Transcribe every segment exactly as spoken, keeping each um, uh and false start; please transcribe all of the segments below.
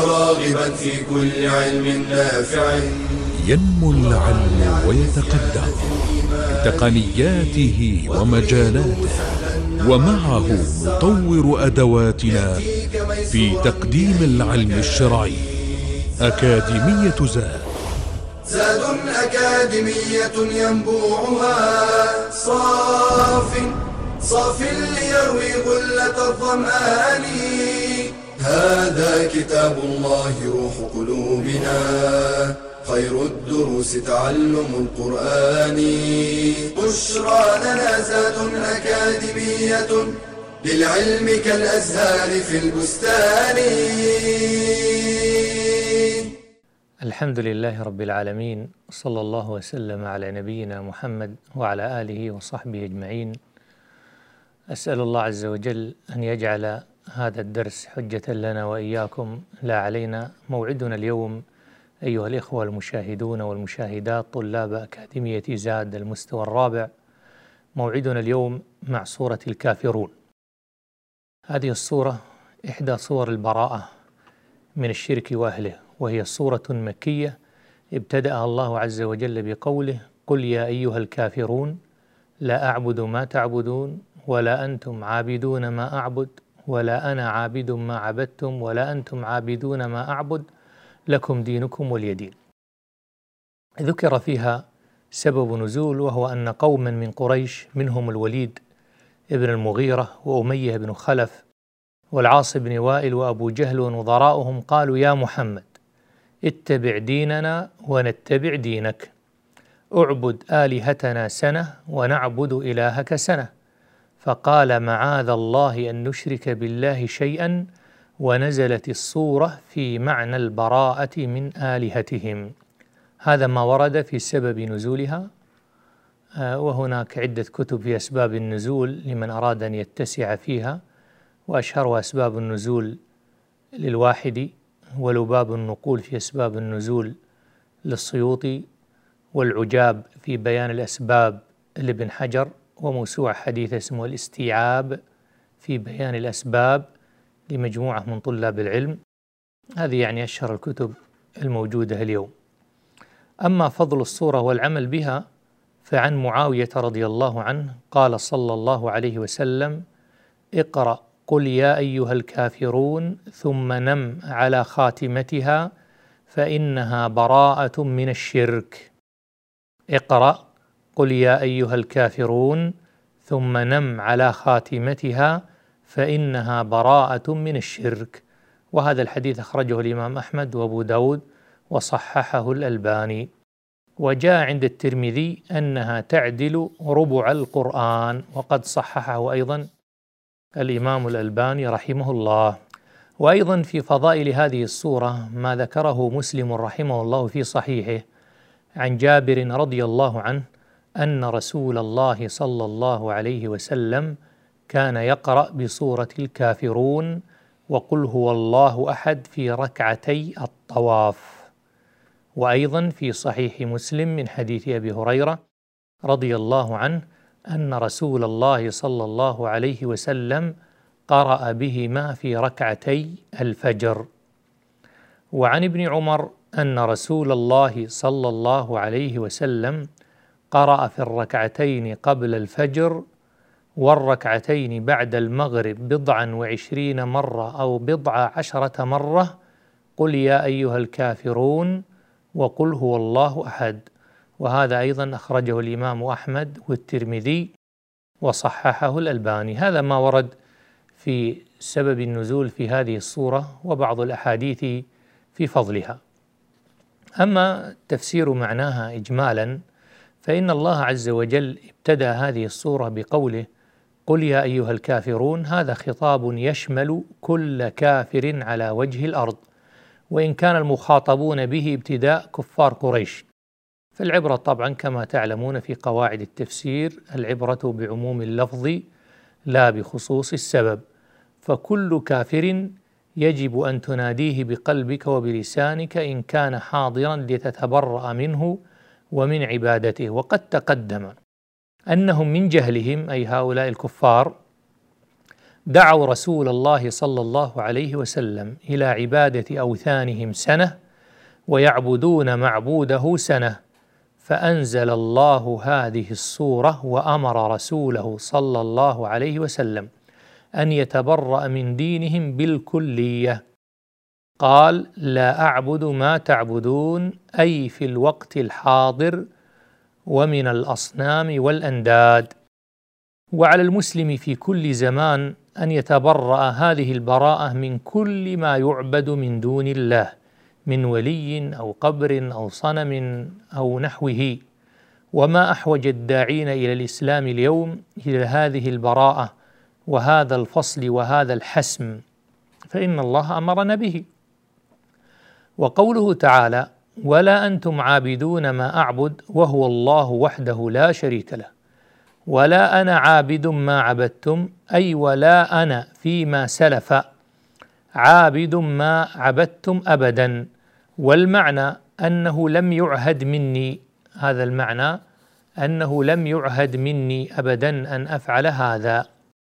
وراغبا في كل علم نافع. ينمو العلم ويتقدم بتقنياته ومجالاته، ومعه نطور أدواتنا في تقديم العلم الشرعي. أكاديمية زاد، زاد أكاديمية ينبوعها صاف صاف ليروي غلة الظمآن. هذا كتاب الله روح قلوبنا، خير الدروس تعلم القرآن. بشرى لنا زاد أكاديمية، للعلم كالأزهار في البستان. الحمد لله رب العالمين، صلى الله وسلم على نبينا محمد وعلى آله وصحبه أجمعين. أسأل الله عز وجل أن يجعل هذا الدرس حجة لنا وإياكم لا علينا. موعدنا اليوم أيها الإخوة المشاهدون والمشاهدات طلاب أكاديمية زاد المستوى الرابع، موعدنا اليوم مع سورة الكافرون. هذه السورة إحدى صور البراءة من الشرك وأهله، وهي سورة مكية ابتدأها الله عز وجل بقوله: قل يا أيها الكافرون لا أعبد ما تعبدون ولا أنتم عابدون ما أعبد ولا أنا عابد ما عبدتم ولا أنتم عابدون ما أعبد لكم دينكم ولي دين. ذكر فيها سبب نزول، وهو أن قوما من قريش منهم الوليد ابن المغيرة وأمية بن خلف والعاص بن وائل وأبو جهل ونظراؤهم قالوا: يا محمد اتبع ديننا ونتبع دينك، اعبد آلهتنا سنة ونعبد إلهك سنة. فقال: معاذ الله أن نشرك بالله شيئا، ونزلت السورة في معنى البراءة من آلهتهم. هذا ما ورد في سبب نزولها، وهناك عدة كتب في أسباب النزول لمن أراد أن يتسع فيها، وأشهر أسباب النزول للواحدي، ولباب النقول في أسباب النزول للسيوطي، والعجاب في بيان الأسباب لابن حجر، وموسوعة حديثة اسمه الاستيعاب في بيان الأسباب لمجموعة من طلاب العلم. هذه يعني أشهر الكتب الموجودة اليوم. أما فضل السورة والعمل بها فعن معاوية رضي الله عنه قال صلى الله عليه وسلم: اقرأ قل يا أيها الكافرون ثم نم على خاتمتها فإنها براءة من الشرك. اقرأ قل يا أيها الكافرون ثم نم على خاتمتها فإنها براءة من الشرك. وهذا الحديث أخرجه الإمام أحمد وأبو داود وصححه الألباني. وجاء عند الترمذي أنها تعدل ربع القرآن، وقد صححه أيضا الإمام الألباني رحمه الله. وأيضا في فضائل هذه السورة ما ذكره مسلم رحمه الله في صحيحه عن جابر رضي الله عنه أن رسول الله صلى الله عليه وسلم كان يقرأ بسورة الكافرون وقل هو الله أحد في ركعتي الطواف. وأيضا في صحيح مسلم من حديث أبي هريرة رضي الله عنه أن رسول الله صلى الله عليه وسلم قرأ بهما في ركعتي الفجر. وعن ابن عمر أن رسول الله صلى الله عليه وسلم قرأ في الركعتين قبل الفجر والركعتين بعد المغرب بضعا وعشرين مرة أو بضع عشرة مرة قل يا أيها الكافرون وقل هو الله أحد. وهذا أيضا أخرجه الإمام أحمد والترمذي وصححه الألباني. هذا ما ورد في سبب النزول في هذه السورة وبعض الأحاديث في فضلها. أما تفسير معناها إجمالا فإن الله عز وجل ابتدأ هذه السورة بقوله قل يا أيها الكافرون. هذا خطاب يشمل كل كافر على وجه الأرض، وإن كان المخاطبون به ابتداء كفار قريش. فالعبرة طبعا كما تعلمون في قواعد التفسير العبرة بعموم اللفظ لا بخصوص السبب، فكل كافر يجب أن تناديه بقلبك وبلسانك إن كان حاضرا لتتبرأ منه ومن عبادته. وقد تقدم أنهم من جهلهم أي هؤلاء الكفار دعوا رسول الله صلى الله عليه وسلم إلى عبادة أوثانهم سنة ويعبدون معبوده سنة، فأنزل الله هذه السورة وأمر رسوله صلى الله عليه وسلم أن يتبرأ من دينهم بالكلية. قال: لا أعبد ما تعبدون، أي في الوقت الحاضر، ومن الأصنام والأنداد. وعلى المسلم في كل زمان أن يتبرأ هذه البراءة من كل ما يعبد من دون الله من ولي أو قبر أو صنم أو نحوه. وما أحوج الداعين إلى الإسلام اليوم إلى هذه البراءة وهذا الفصل وهذا الحسم، فإن الله أمرنا به. وقوله تعالى: ولا أنتم عابدون ما أعبد وهو الله وحده لا شريك له، ولا أنا عابد ما عبدتم، أي ولا أنا فيما سلف عابد ما عبدتم أبدا. والمعنى أنه لم يعهد مني، هذا المعنى أنه لم يعهد مني أبدا أن أفعل هذا.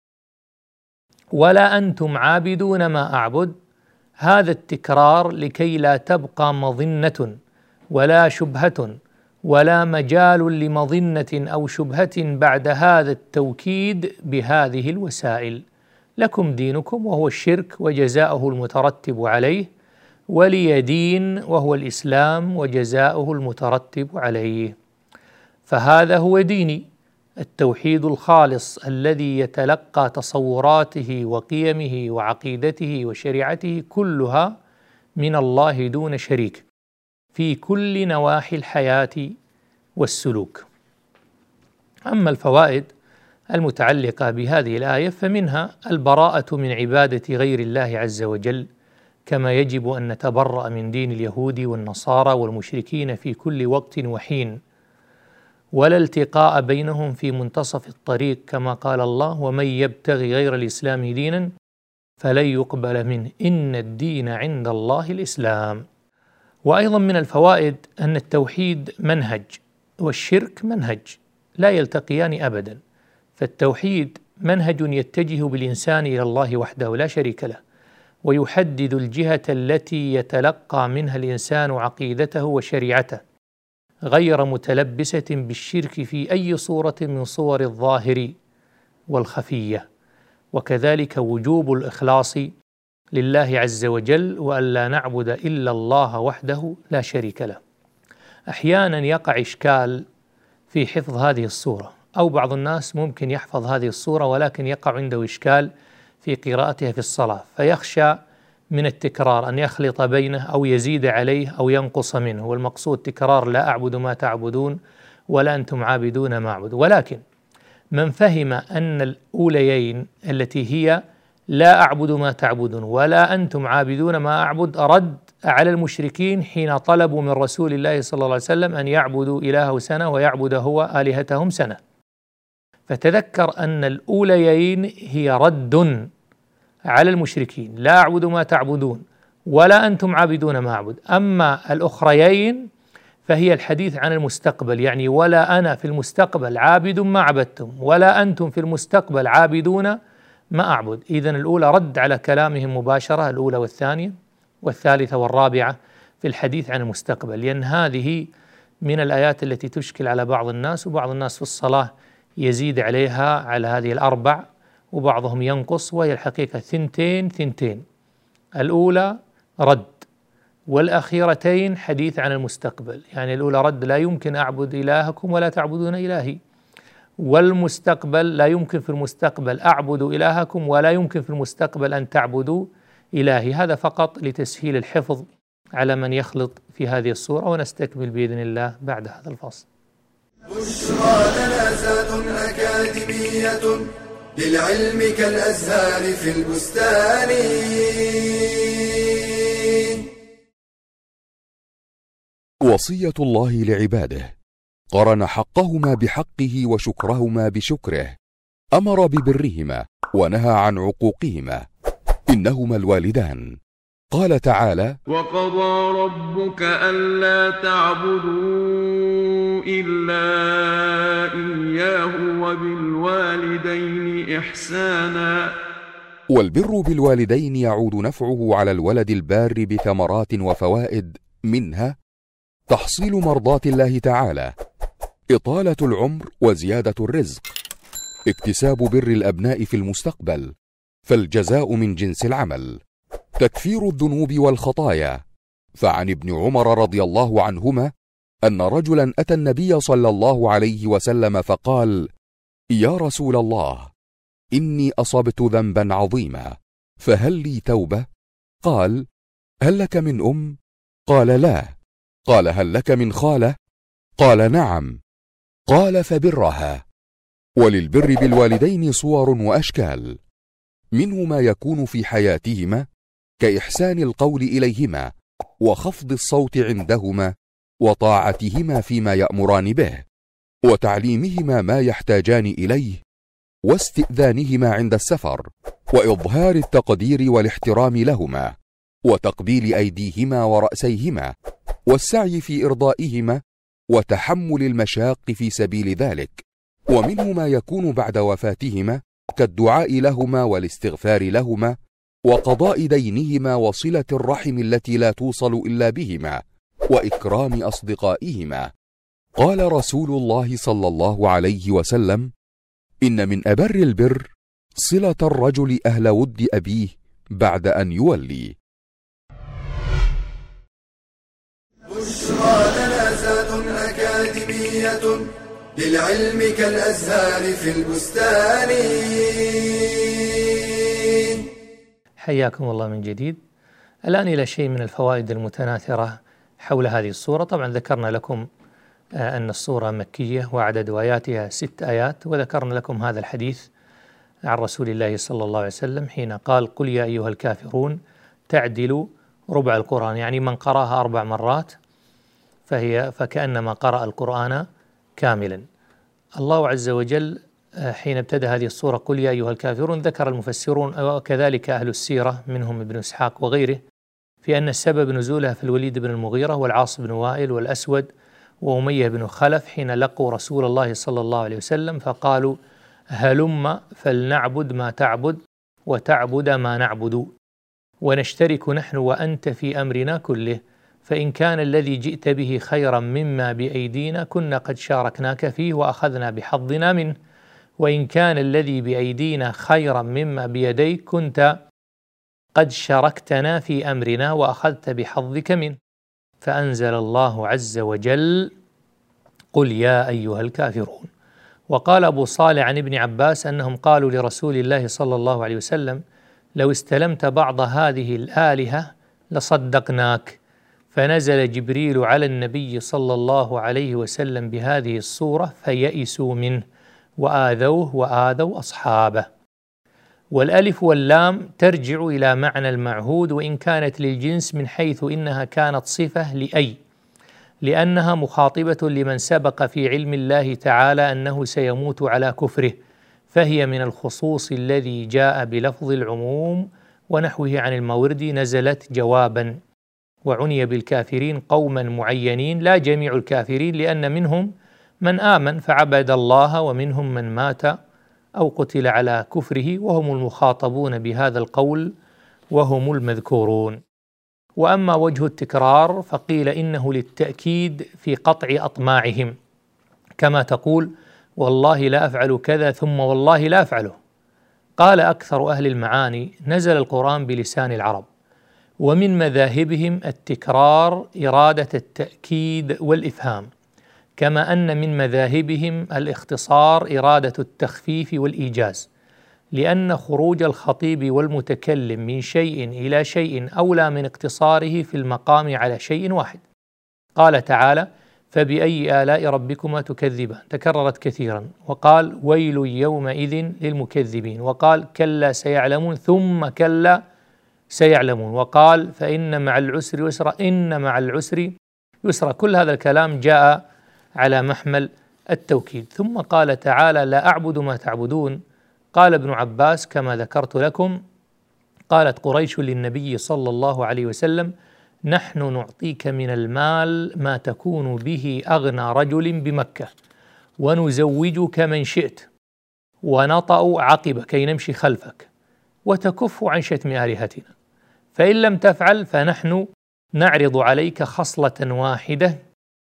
ولا أنتم عابدون ما أعبد، هذا التكرار لكي لا تبقى مظنة ولا شبهة ولا مجال لمظنة أو شبهة بعد هذا التوكيد بهذه الوسائل. لكم دينكم وهو الشرك وجزاؤه المترتب عليه، ولي دين وهو الإسلام وجزاؤه المترتب عليه. فهذا هو ديني، التوحيد الخالص الذي يتلقى تصوراته وقيمه وعقيدته وشريعته كلها من الله دون شريك في كل نواحي الحياة والسلوك. أما الفوائد المتعلقة بهذه الآية فمنها البراءة من عبادة غير الله عز وجل، كما يجب أن نتبرأ من دين اليهود والنصارى والمشركين في كل وقت وحين، ولا التقاء بينهم في منتصف الطريق، كما قال الله: ومن يبتغي غير الإسلام دينا فلن يقبل منه إن الدين عند الله الإسلام. وأيضا من الفوائد أن التوحيد منهج والشرك منهج لا يلتقيان أبدا، فالتوحيد منهج يتجه بالإنسان إلى الله وحده لا شريك له، ويحدد الجهة التي يتلقى منها الإنسان عقيدته وشريعته، غير متلبسة بالشرك في أي صورة من صور الظاهر والخفية. وكذلك وجوب الإخلاص لله عز وجل، وأن لا نعبد إلا الله وحده لا شريك له. أحيانا يقع إشكال في حفظ هذه الصورة، أو بعض الناس ممكن يحفظ هذه الصورة ولكن يقع عنده إشكال في قراءتها في الصلاة، فيخشى من التكرار أن يخلط بينه أو يزيد عليه أو ينقص منه، والمقصود تكرار لا أعبد ما تعبدون ولا أنتم عابدون ما أعبد. ولكن من فهم أن الأوليين التي هي لا أعبد ما تعبدون ولا أنتم عابدون ما أعبد رد على المشركين حين طلبوا من رسول الله صلى الله عليه وسلم أن يعبدوا إلهه سنة ويعبد هو آلهتهم سنة، فتذكر أن الأوليين هي رد على المشركين، لا أعبد ما تعبدون ولا أنتم عابدون ما أعبد. أما الأخريين فهي الحديث عن المستقبل، يعني ولا أنا في المستقبل عابد ما عبدتم ولا أنتم في المستقبل عابدون ما أعبد. إذن الأولى رد على كلامهم مباشرة، الأولى والثانية والثالثة والرابعة في الحديث عن المستقبل، لأن هذه من الآيات التي تشكل على بعض الناس، وبعض الناس في الصلاة يزيد عليها على هذه الأربع وبعضهم ينقص، وهي الحقيقة ثنتين ثنتين، الأولى رد والأخيرتين حديث عن المستقبل. يعني الأولى رد لا يمكن أعبد إلهكم ولا تعبدون إلهي، والمستقبل لا يمكن في المستقبل أعبد إلهكم ولا يمكن في المستقبل أن تعبدوا إلهي. هذا فقط لتسهيل الحفظ على من يخلط في هذه الصورة، ونستكمل بإذن الله بعد هذا الفصل. بشرى لنا زاد أكاديمية للعلم كالأزهار في البستان. وصية الله لعباده، قرن حقهما بحقه وشكرهما بشكره، أمر ببرهما ونهى عن عقوقهما، إنهما الوالدان. قال تعالى: وقضى ربك ألا تعبدوا إلا إياه وبالوالدين إحسانا والبر بالوالدين يعود نفعه على الولد البار بثمرات وفوائد، منها تحصيل مرضات الله تعالى، إطالة العمر وزيادة الرزق، اكتساب بر الأبناء في المستقبل فالجزاء من جنس العمل، تكفير الذنوب والخطايا. فعن ابن عمر رضي الله عنهما أن رجلا أتى النبي صلى الله عليه وسلم فقال: يا رسول الله، إني أصبت ذنبا عظيما، فهل لي توبة؟ قال: هل لك من أم؟ قال: لا. قال: هل لك من خالة؟ قال: نعم. قال: فبرها. وللبر بالوالدين صور وأشكال، منه ما يكون في حياتهما كإحسان القول إليهما وخفض الصوت عندهما وطاعتهما فيما يأمران به وتعليمهما ما يحتاجان إليه واستئذانهما عند السفر وإظهار التقدير والاحترام لهما وتقبيل أيديهما ورأسيهما والسعي في إرضائهما وتحمل المشاق في سبيل ذلك. ومنه ما يكون بعد وفاتهما كالدعاء لهما والاستغفار لهما وقضاء دينهما وصلة الرحم التي لا توصل إلا بهما وإكرام أصدقائهما. قال رسول الله صلى الله عليه وسلم: إن من أبر البر صلة الرجل أهل ود أبيه بعد أن يولي. بشرى لنا زاد أكاديمية للعلم كالأزهار في البستان. حياكم الله من جديد. الآن إلى شيء من الفوائد المتناثرة حول هذه السورة. طبعا ذكرنا لكم أن السورة مكية وعدد آياتها ست آيات، وذكرنا لكم هذا الحديث عن رسول الله صلى الله عليه وسلم حين قال: قل يا أيها الكافرون تعدل ربع القرآن، يعني من قرأها أربع مرات فهي فكأنما قرأ القرآن كاملا. الله عز وجل حين ابتدأ هذه السورة قل يا أيها الكافرون ذكر المفسرون وكذلك أهل السيرة منهم ابن إسحاق وغيره في أن السبب نزولها في الوليد بن المغيرة والعاص بن وائل والأسود وأمية بن خلف حين لقوا رسول الله صلى الله عليه وسلم فقالوا: هلم فلنعبد ما تعبد وتعبد ما نعبد ونشترك نحن وأنت في أمرنا كله، فإن كان الذي جئت به خيرا مما بأيدينا كنا قد شاركناك فيه وأخذنا بحظنا منه، وإن كان الذي بأيدينا خيرا مما بيديك كنت قد شاركتنا في أمرنا وأخذت بحظك منه. فأنزل الله عز وجل: قل يا أيها الكافرون. وقال أبو صالح عن ابن عباس أنهم قالوا لرسول الله صلى الله عليه وسلم: لو استلمت بعض هذه الآلهة لصدقناك. فنزل جبريل على النبي صلى الله عليه وسلم بهذه السورة فيئسوا منه وآذوه وآذوا أصحابه. والألف واللام ترجع إلى معنى المعهود وإن كانت للجنس من حيث إنها كانت صفة لأي، لأنها مخاطبة لمن سبق في علم الله تعالى أنه سيموت على كفره، فهي من الخصوص الذي جاء بلفظ العموم ونحوه عن الماوردي نزلت جوابا، وعني بالكافرين قوما معينين لا جميع الكافرين، لأن منهم من آمن فعبد الله ومنهم من مات أو قتل على كفره وهم المخاطبون بهذا القول وهم المذكورون. وأما وجه التكرار فقيل إنه للتأكيد في قطع أطماعهم، كما تقول: والله لا أفعل كذا ثم والله لا أفعله. قال أكثر أهل المعاني: نزل القرآن بلسان العرب، ومن مذاهبهم التكرار إرادة التأكيد والإفهام، كما أن من مذاهبهم الاختصار إرادة التخفيف والإيجاز، لأن خروج الخطيب والمتكلم من شيء إلى شيء أولى من اقتصاره في المقام على شيء واحد. قال تعالى: فبأي آلاء ربكما تكذبان، تكررت كثيرا، وقال: ويل يومئذ للمكذبين، وقال: كلا سيعلمون ثم كلا سيعلمون، وقال: فإن مع العسر يسرا إن مع العسر يسرا. كل هذا الكلام جاء على محمل التوكيد. ثم قال تعالى: لا أعبد ما تعبدون. قال ابن عباس كما ذكرت لكم: قالت قريش للنبي صلى الله عليه وسلم: نحن نعطيك من المال ما تكون به أغنى رجل بمكة، ونزوجك من شئت، ونطأ عقبك كي نمشي خلفك، وتكف عن شتم آلهتنا، فإن لم تفعل فنحن نعرض عليك خصلة واحدة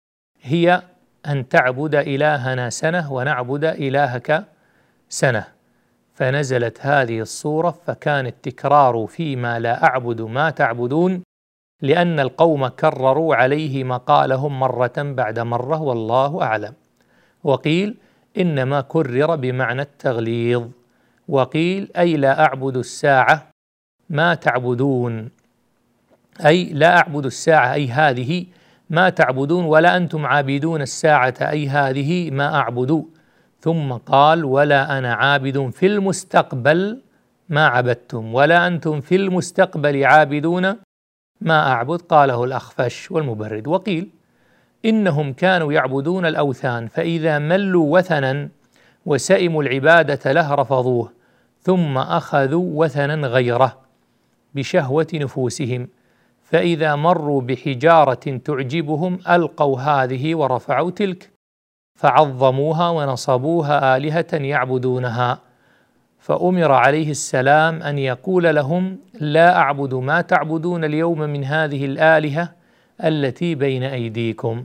هي أن تعبد إلهنا سنة ونعبد إلهك سنة. فنزلت هذه الصورة، فكان التكرار فيما لا أعبد ما تعبدون، لأن القوم كرروا عليه مقالهم مرة بعد مرة والله أعلم. وقيل إنما كرر بمعنى التغليظ، وقيل أي لا أعبد الساعة ما تعبدون، أي لا أعبد الساعة أي هذه ما تعبدون، ولا أنتم عابدون الساعة أي هذه ما أعبد. ثم قال ولا أنا عابد في المستقبل ما عبدتم، ولا أنتم في المستقبل عابدون ما أعبد، قاله الأخفش والمبرد. وقيل إنهم كانوا يعبدون الأوثان، فإذا ملوا وثنا وسئموا العبادة له رفضوه، ثم أخذوا وثنا غيره بشهوة نفوسهم، فإذا مروا بحجارة تعجبهم ألقوا هذه ورفعوا تلك، فعظموها ونصبوها آلهة يعبدونها. فأمر عليه السلام أن يقول لهم لا أعبد ما تعبدون اليوم من هذه الآلهة التي بين أيديكم.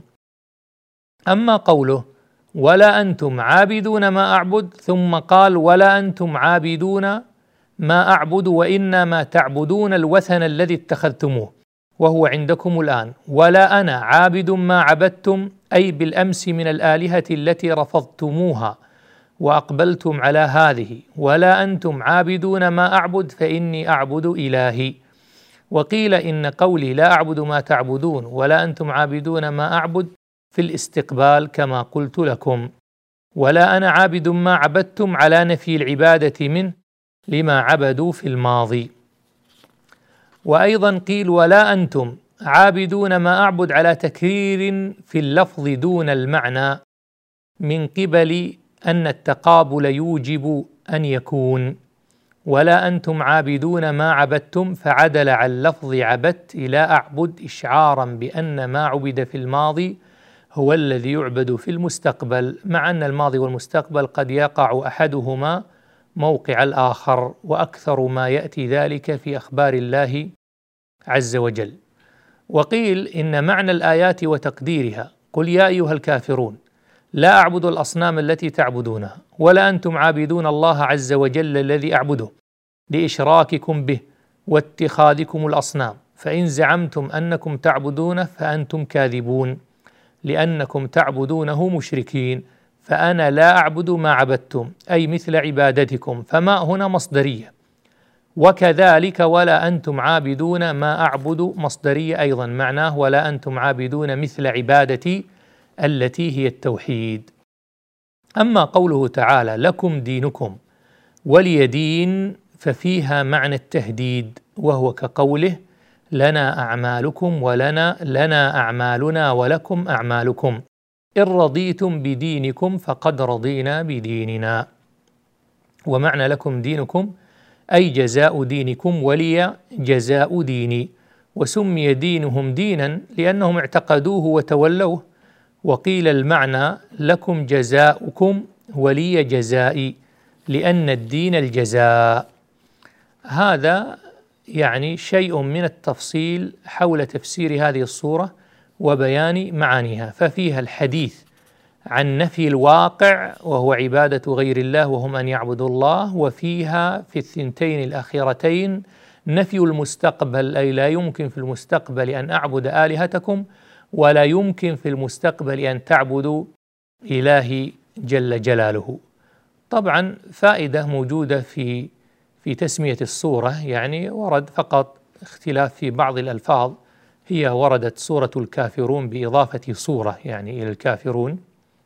أما قوله ولا أنتم عابدون ما أعبد، ثم قال ولا أنتم عابدون ما أعبد وإنما تعبدون الوثن الذي اتخذتموه وهو عندكم الآن، ولا أنا عابد ما عبدتم أي بالأمس من الآلهة التي رفضتموها وأقبلتم على هذه، ولا أنتم عابدون ما أعبد فإني أعبد إلهي. وقيل إن قولي لا أعبد ما تعبدون ولا أنتم عابدون ما أعبد في الاستقبال كما قلت لكم، ولا أنا عابد ما عبدتم على نفي العبادة منه لما عبدوا في الماضي. وأيضا قيل ولا أنتم عابدون ما أعبد على تكرير في اللفظ دون المعنى من قبل أن التقابل يوجب أن يكون، ولا أنتم عابدون ما عبدتم فعدل عن لفظ عبدت إلى أعبد إشعارا بأن ما عبد في الماضي هو الذي يعبد في المستقبل، مع أن الماضي والمستقبل قد يقع أحدهما موقع الآخر، وأكثر ما يأتي ذلك في أخبار الله عز وجل. وقيل إن معنى الآيات وتقديرها قل يا أيها الكافرون لا أعبد الأصنام التي تعبدونها ولا أنتم عابدون الله عز وجل الذي أعبده، لإشراككم به واتخاذكم الأصنام، فإن زعمتم أنكم تعبدونه فأنتم كاذبون لأنكم تعبدونه مشركين، فأنا لا أعبد ما عبدتم أي مثل عبادتكم، فما هنا مصدرية، وكذلك ولا أنتم عابدون ما أعبد مصدرية أيضا، معناه ولا أنتم عابدون مثل عبادتي التي هي التوحيد. أما قوله تعالى لكم دينكم ولي دين ففيها معنى التهديد، وهو كقوله لنا أعمالكم ولنا لنا أعمالنا ولكم أعمالكم، إن رضيتم بدينكم فقد رضينا بديننا. ومعنى لكم دينكم أي جزاء دينكم ولي جزاء ديني، وسمي دينهم دينا لأنهم اعتقدوه وتولوه. وقيل المعنى لكم جزاؤكم ولي جزائي لأن الدين الجزاء. هذا يعني شيء من التفصيل حول تفسير هذه الصورة وبيان معانيها، ففيها الحديث عن نفي الواقع وهو عبادة غير الله وهم أن يعبدوا الله، وفيها في الثنتين الأخيرتين نفي المستقبل، أي لا يمكن في المستقبل أن أعبد آلهتكم ولا يمكن في المستقبل أن تعبدوا إلهي جل جلاله. طبعا فائدة موجودة في في تسمية الصورة، يعني ورد فقط اختلاف في بعض الألفاظ، هي وردت سورة الكافرون بإضافة صورة يعني إلى الكافرون،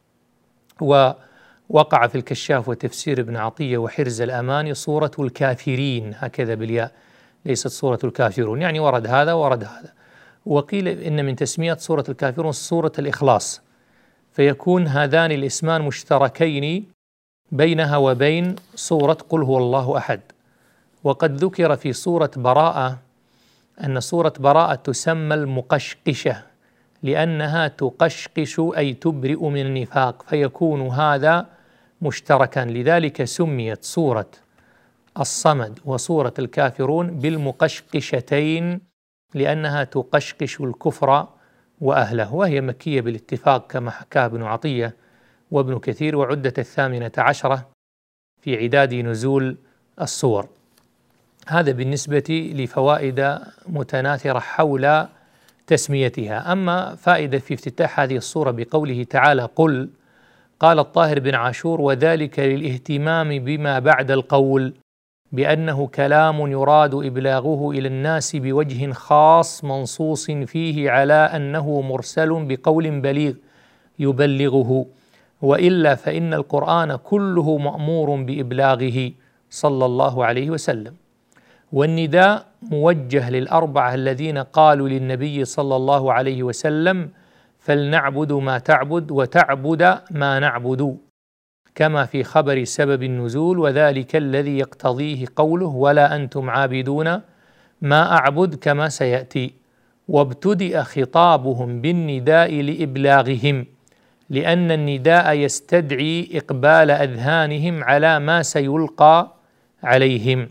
ووقع في الكشاف وتفسير ابن عطية وحرز الأماني صورة الكافرين هكذا بالياء، ليست صورة الكافرون، يعني ورد هذا ورد هذا. وقيل إن من تسمية سورة الكافرون سورة الإخلاص، فيكون هذان الاسمان مشتركين بينها وبين سورة قل هو الله أحد. وقد ذكر في سورة براءة أن سورة براءة تسمى المقشقشة لأنها تقشقش أي تبرئ من النفاق، فيكون هذا مشتركا، لذلك سميت سورة الصمد وسورة الكافرون بالمقشقشتين لأنها تقشقش الكفر وأهله، وهي مكية بالاتفاق كما حكاه ابن عطية وابن كثير، وعدت الثامنة عشرة في عداد نزول السور. هذا بالنسبة لفوائد متناثرة حول تسميتها. أما فائدة في افتتاح هذه الصورة بقوله تعالى قل، قال الطاهر بن عاشور وذلك للاهتمام بما بعد القول بأنه كلام يراد إبلاغه إلى الناس بوجه خاص منصوص فيه على أنه مرسل بقول بليغ يبلغه، وإلا فإن القرآن كله مأمور بإبلاغه صلى الله عليه وسلم. والنداء موجه للأربعة الذين قالوا للنبي صلى الله عليه وسلم فلنعبد ما تعبد وتعبد ما نعبد، كما في خبر سبب النزول وذلك الذي يقتضيه قوله ولا أنتم عابدون ما أعبد كما سيأتي. وابتدأ خطابهم بالنداء لإبلاغهم لأن النداء يستدعي إقبال أذهانهم على ما سيلقى عليهم.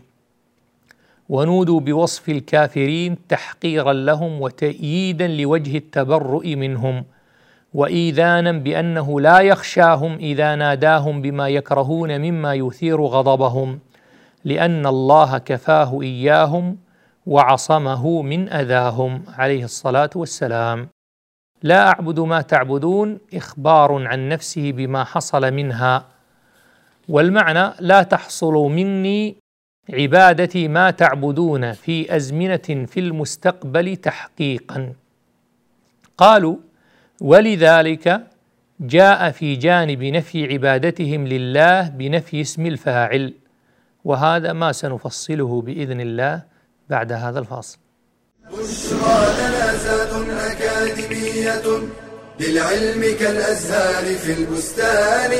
ونودوا بوصف الكافرين تحقيرا لهم وتأييدا لوجه التبرؤ منهم، وإيذانا بأنه لا يخشاهم إذا ناداهم بما يكرهون مما يثير غضبهم، لأن الله كفاه إياهم وعصمه من أذاهم عليه الصلاة والسلام. لا أعبد ما تعبدون إخبار عن نفسه بما حصل منها، والمعنى لا تحصل مني عبادتي ما تعبدون في أزمنة في المستقبل تحقيقا. قالوا ولذلك جاء في جانب نفي عبادتهم لله بنفي اسم الفاعل، وهذا ما سنفصله بإذن الله بعد هذا الفاصل. بشرى جنازات أكاديمية للعلم كالأزهار في البستان.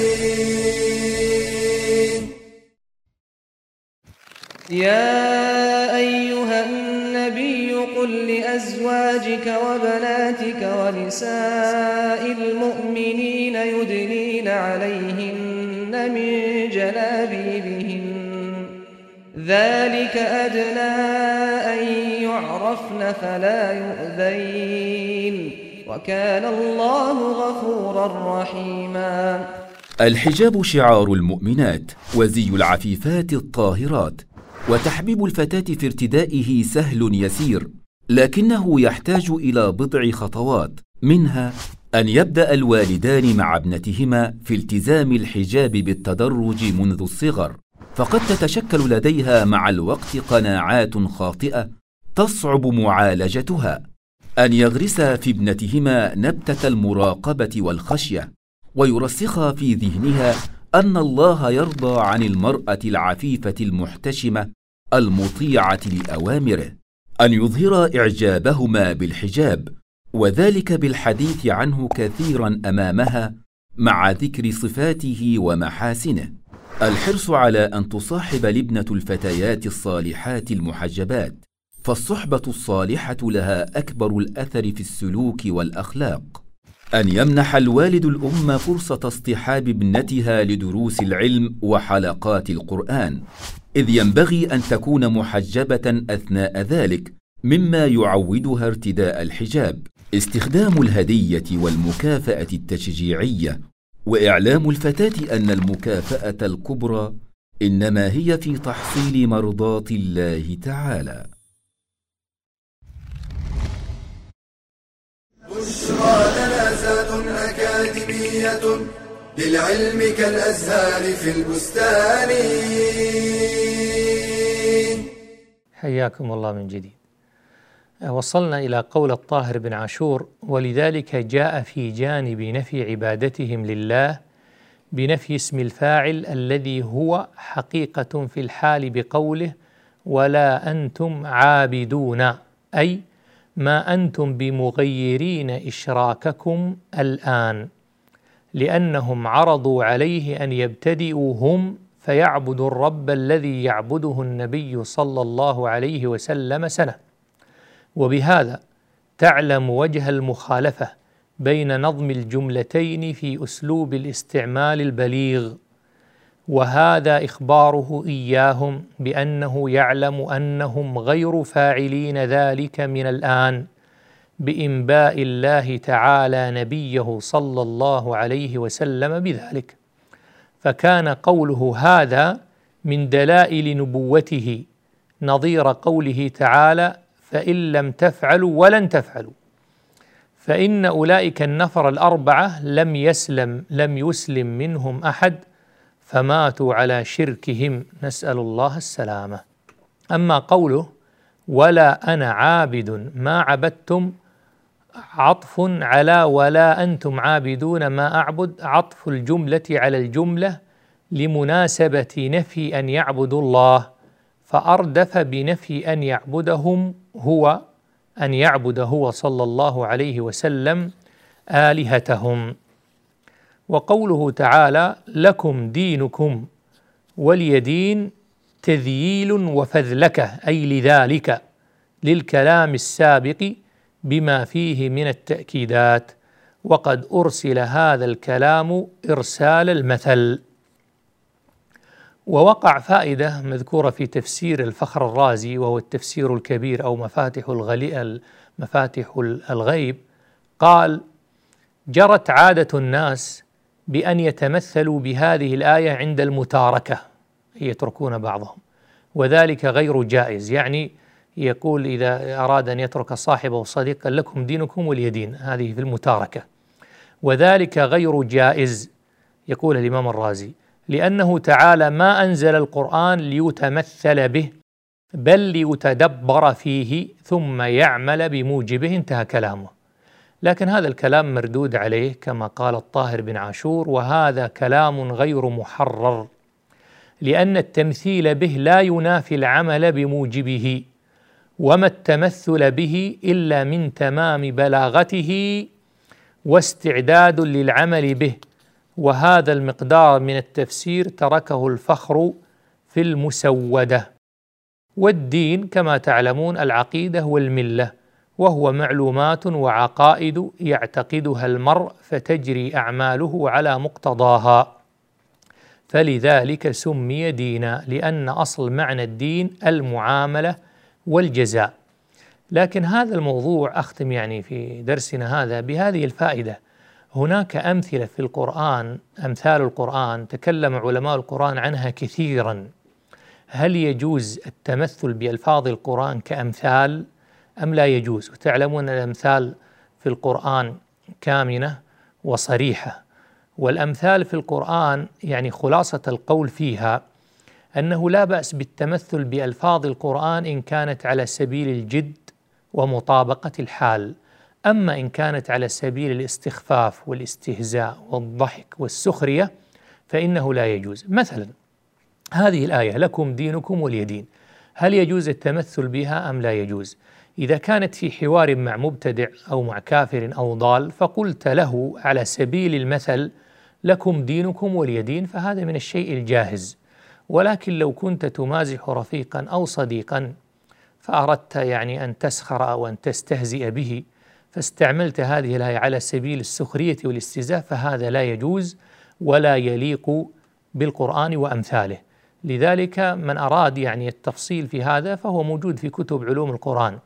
يا أيها النبي قل لأزواجك وبناتك ونساء المؤمنين يدنين عليهن من جلابيبهن ذلك أدنى أن يعرفن فلا يؤذين وكان الله غفورا رحيما. الحجاب شعار المؤمنات وزي العفيفات الطاهرات، وتحبيب الفتاة في ارتدائه سهل يسير، لكنه يحتاج إلى بضع خطوات، منها أن يبدأ الوالدان مع ابنتهما في التزام الحجاب بالتدرج منذ الصغر، فقد تتشكل لديها مع الوقت قناعات خاطئة تصعب معالجتها. أن يغرسا في ابنتهما نبتة المراقبة والخشية، ويرسخا في ذهنها أن الله يرضى عن المرأة العفيفة المحتشمة المطيعة لأوامره. أن يظهر إعجابهما بالحجاب، وذلك بالحديث عنه كثيرا أمامها مع ذكر صفاته ومحاسنه. الحرص على أن تصاحب الابنة الفتيات الصالحات المحجبات، فالصحبة الصالحة لها أكبر الأثر في السلوك والأخلاق. أن يمنح الوالد الأم فرصة اصطحاب ابنتها لدروس العلم وحلقات القرآن، إذ ينبغي أن تكون محجبة أثناء ذلك، مما يعودها ارتداء الحجاب. استخدام الهدية والمكافأة التشجيعية، وإعلام الفتاة أن المكافأة الكبرى إنما هي في تحصيل مرضاة الله تعالى. بشرى جنازات أكاديمية للعلم كالأزهار في البستان. حياكم الله من جديد. وصلنا إلى قول الطاهر بن عاشور ولذلك جاء في جانب نفي عبادتهم لله بنفي اسم الفاعل الذي هو حقيقة في الحال بقوله ولا أنتم عابدون، أي ما أنتم بمغيرين إشراككم الآن، لأنهم عرضوا عليه أن يبتدئوا هم فيعبدوا الرب الذي يعبده النبي صلى الله عليه وسلم سنة. وبهذا تعلم وجه المخالفة بين نظم الجملتين في أسلوب الاستعمال البليغ، وهذا إخباره إياهم بأنه يعلم أنهم غير فاعلين ذلك من الآن بإنباء الله تعالى نبيه صلى الله عليه وسلم بذلك. فكان قوله هذا من دلائل نبوته، نظير قوله تعالى: فإن لم تفعلوا ولن تفعلوا، فإن أولئك النفر الأربعة لم يسلم لم يسلم منهم أحد فماتوا على شركهم، نسأل الله السلامة. أما قوله ولا أنا عابد ما عبدتم، عطف على ولا أنتم عابدون ما أعبد، عطف الجملة على الجملة لمناسبة نفي أن يعبدوا الله، فأردف بنفي أن يعبدهم هو أن يعبد هو صلى الله عليه وسلم آلهتهم. وقوله تعالى لكم دينكم ولي دين تذييل وفذلكة، أي لذلك، للكلام السابق بما فيه من التأكيدات، وقد أرسل هذا الكلام إرسال المثل. ووقع فائدة مذكورة في تفسير الفخر الرازي، وهو التفسير الكبير أو مفاتح الغلي مفاتح الغيب، قال: جرت عادة الناس بأن يتمثلوا بهذه الآية عند المتاركة، يتركون بعضهم، وذلك غير جائز. يعني يقول إذا أراد أن يترك صاحبه صديقا لكم دينكم ولي دين، هذه في المتاركة، وذلك غير جائز، يقول الإمام الرازي، لأنه تعالى ما أنزل القرآن ليتمثل به، بل ليتدبر فيه ثم يعمل بموجبه، انتهى كلامه. لكن هذا الكلام مردود عليه كما قال الطاهر بن عاشور، وهذا كلام غير محرر، لأن التمثيل به لا ينافي العمل بموجبه، وما التمثل به إلا من تمام بلاغته واستعداد للعمل به، وهذا المقدار من التفسير تركه الفخر في المسودة. والدين كما تعلمون العقيدة والملة، وهو معلومات وعقائد يعتقدها المرء فتجري أعماله على مقتضاها، فلذلك سمي دينا، لأن أصل معنى الدين المعاملة والجزاء. لكن هذا الموضوع أختم يعني في درسنا هذا بهذه الفائدة: هناك أمثلة في القرآن، أمثال القرآن تكلم علماء القرآن عنها كثيرا. هل يجوز التمثل بألفاظ القرآن كأمثال أم لا يجوز؟ وتعلمون الأمثال في القرآن كامنة وصريحة، والأمثال في القرآن يعني خلاصة القول فيها أنه لا بأس بالتمثل بألفاظ القرآن إن كانت على سبيل الجد ومطابقة الحال، أما إن كانت على سبيل الاستخفاف والاستهزاء والضحك والسخرية فإنه لا يجوز. مثلا هذه الآية لكم دينكم ولي دين، هل يجوز التمثل بها أم لا يجوز؟ إذا كانت في حوار مع مبتدع أو مع كافر أو ضال فقلت له على سبيل المثل لكم دينكم ولي دين، فهذا من الشيء الجاهز. ولكن لو كنت تمازح رفيقا أو صديقا فأردت يعني أن تسخر أو أن تستهزئ به فاستعملت هذه الآية على سبيل السخرية والاستهزاء، فهذا لا يجوز ولا يليق بالقرآن وأمثاله. لذلك من أراد يعني التفصيل في هذا فهو موجود في كتب علوم القرآن،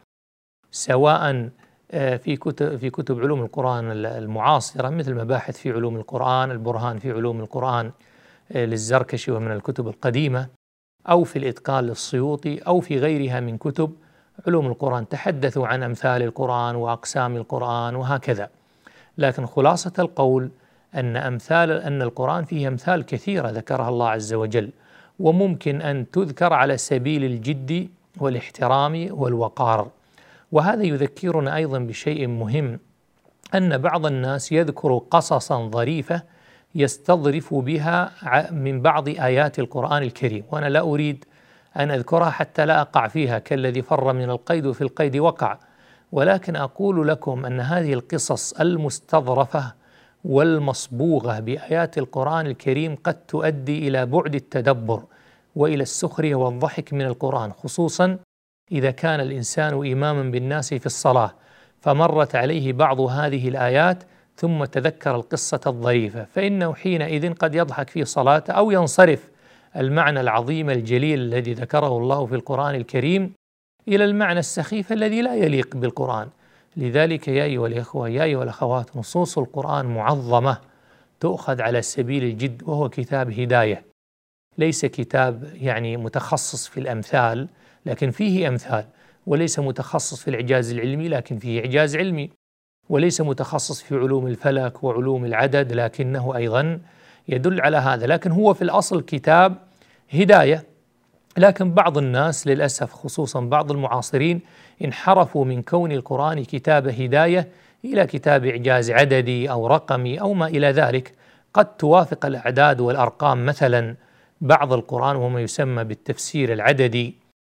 سواء في كتب في كتب علوم القرآن المعاصرة مثل مباحث في علوم القرآن، البرهان في علوم القرآن للزركشي ومن الكتب القديمة، أو في الإتقان للسيوطي، أو في غيرها من كتب علوم القرآن، تحدثوا عن أمثال القرآن وأقسام القرآن وهكذا. لكن خلاصة القول أن أمثال أن القرآن فيه أمثال كثيرة ذكرها الله عز وجل، وممكن أن تذكر على سبيل الجد والاحترام والوقار. وهذا يذكرنا أيضا بشيء مهم، أن بعض الناس يذكر قصصا ظريفة يستظرف بها من بعض آيات القرآن الكريم، وأنا لا أريد أن أذكرها حتى لا أقع فيها كالذي فر من القيد وفي القيد وقع، ولكن أقول لكم أن هذه القصص المستظرفة والمصبوغة بآيات القرآن الكريم قد تؤدي إلى بعد التدبر وإلى السخرية والضحك من القرآن، خصوصا إذا كان الإنسان إماما بالناس في الصلاة فمرت عليه بعض هذه الآيات ثم تذكر القصة الظريفة، فإنه حينئذ قد يضحك في صلاته أو ينصرف المعنى العظيم الجليل الذي ذكره الله في القرآن الكريم إلى المعنى السخيف الذي لا يليق بالقرآن. لذلك يا أيها الإخوة يا أيها الأخوات، نصوص القرآن معظمة تؤخذ على سبيل الجد، وهو كتاب هداية، ليس كتاب يعني متخصص في الأمثال لكن فيه أمثال، وليس متخصص في الإعجاز العلمي لكن فيه إعجاز علمي، وليس متخصص في علوم الفلك وعلوم العدد لكنه أيضا يدل على هذا، لكن هو في الأصل كتاب هداية. لكن بعض الناس للأسف خصوصا بعض المعاصرين انحرفوا من كون القرآن كتاب هداية إلى كتاب إعجاز عددي أو رقمي أو ما إلى ذلك. قد توافق الأعداد والأرقام مثلا بعض القرآن وما يسمى بالتفسير العددي،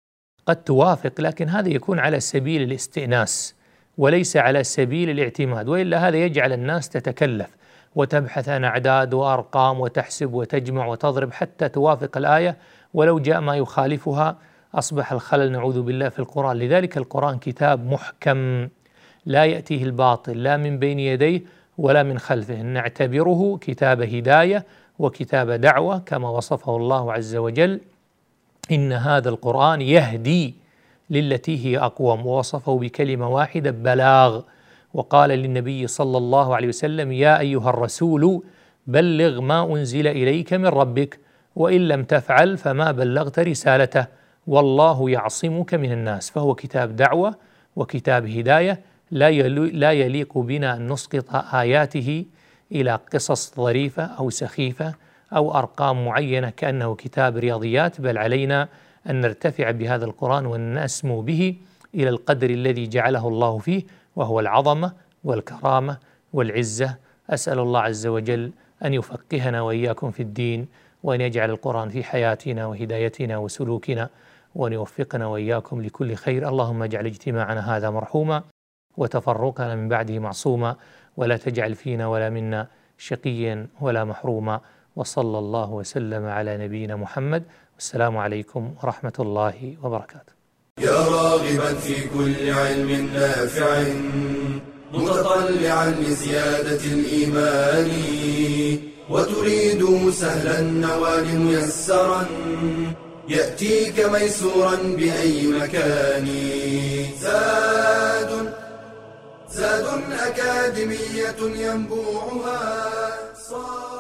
قد توافق، لكن هذا يكون على سبيل الاستئناس وليس على سبيل الاعتماد، وإلا هذا يجعل الناس تتكلف وتبحث عن أعداد وأرقام وتحسب وتجمع وتضرب حتى توافق الآية، ولو جاء ما يخالفها أصبح الخلل نعوذ بالله في القرآن. لذلك القرآن كتاب محكم لا يأتيه الباطل لا من بين يديه ولا من خلفه، نعتبره كتاب هداية وكتاب دعوة كما وصفه الله عز وجل: إن هذا القرآن يهدي للتي هي أقوم، ووصفه بكلمة واحدة: بلاغ. وقال للنبي صلى الله عليه وسلم: يا أيها الرسول بلغ ما أنزل إليك من ربك وإن لم تفعل فما بلغت رسالته والله يعصمك من الناس. فهو كتاب دعوة وكتاب هداية، لا يليق بنا أن نسقط آياته إلى قصص ظريفة أو سخيفة أو أرقام معينة كأنه كتاب رياضيات، بل علينا أن نرتفع بهذا القرآن وأن نسمو به إلى القدر الذي جعله الله فيه، وهو العظمة والكرامة والعزة. أسأل الله عز وجل أن يفقهنا وإياكم في الدين، وأن يجعل القرآن في حياتنا وهدايتنا وسلوكنا، وأن يوفقنا وإياكم لكل خير. اللهم اجعل اجتماعنا هذا مرحوما وتفرقنا من بعده معصوما، ولا تجعل فينا ولا منا شقيا ولا محروما. وصلى الله وسلم على نبينا محمد، والسلام عليكم ورحمة الله وبركاته. يا راغبا في كل علم نافع متطلعا لزيادة الإيمان، وتريد سهلا النوال ميسرا يأتيك ميسورا بأي مكان. زاد زاد أكاديمية ينبوعها صار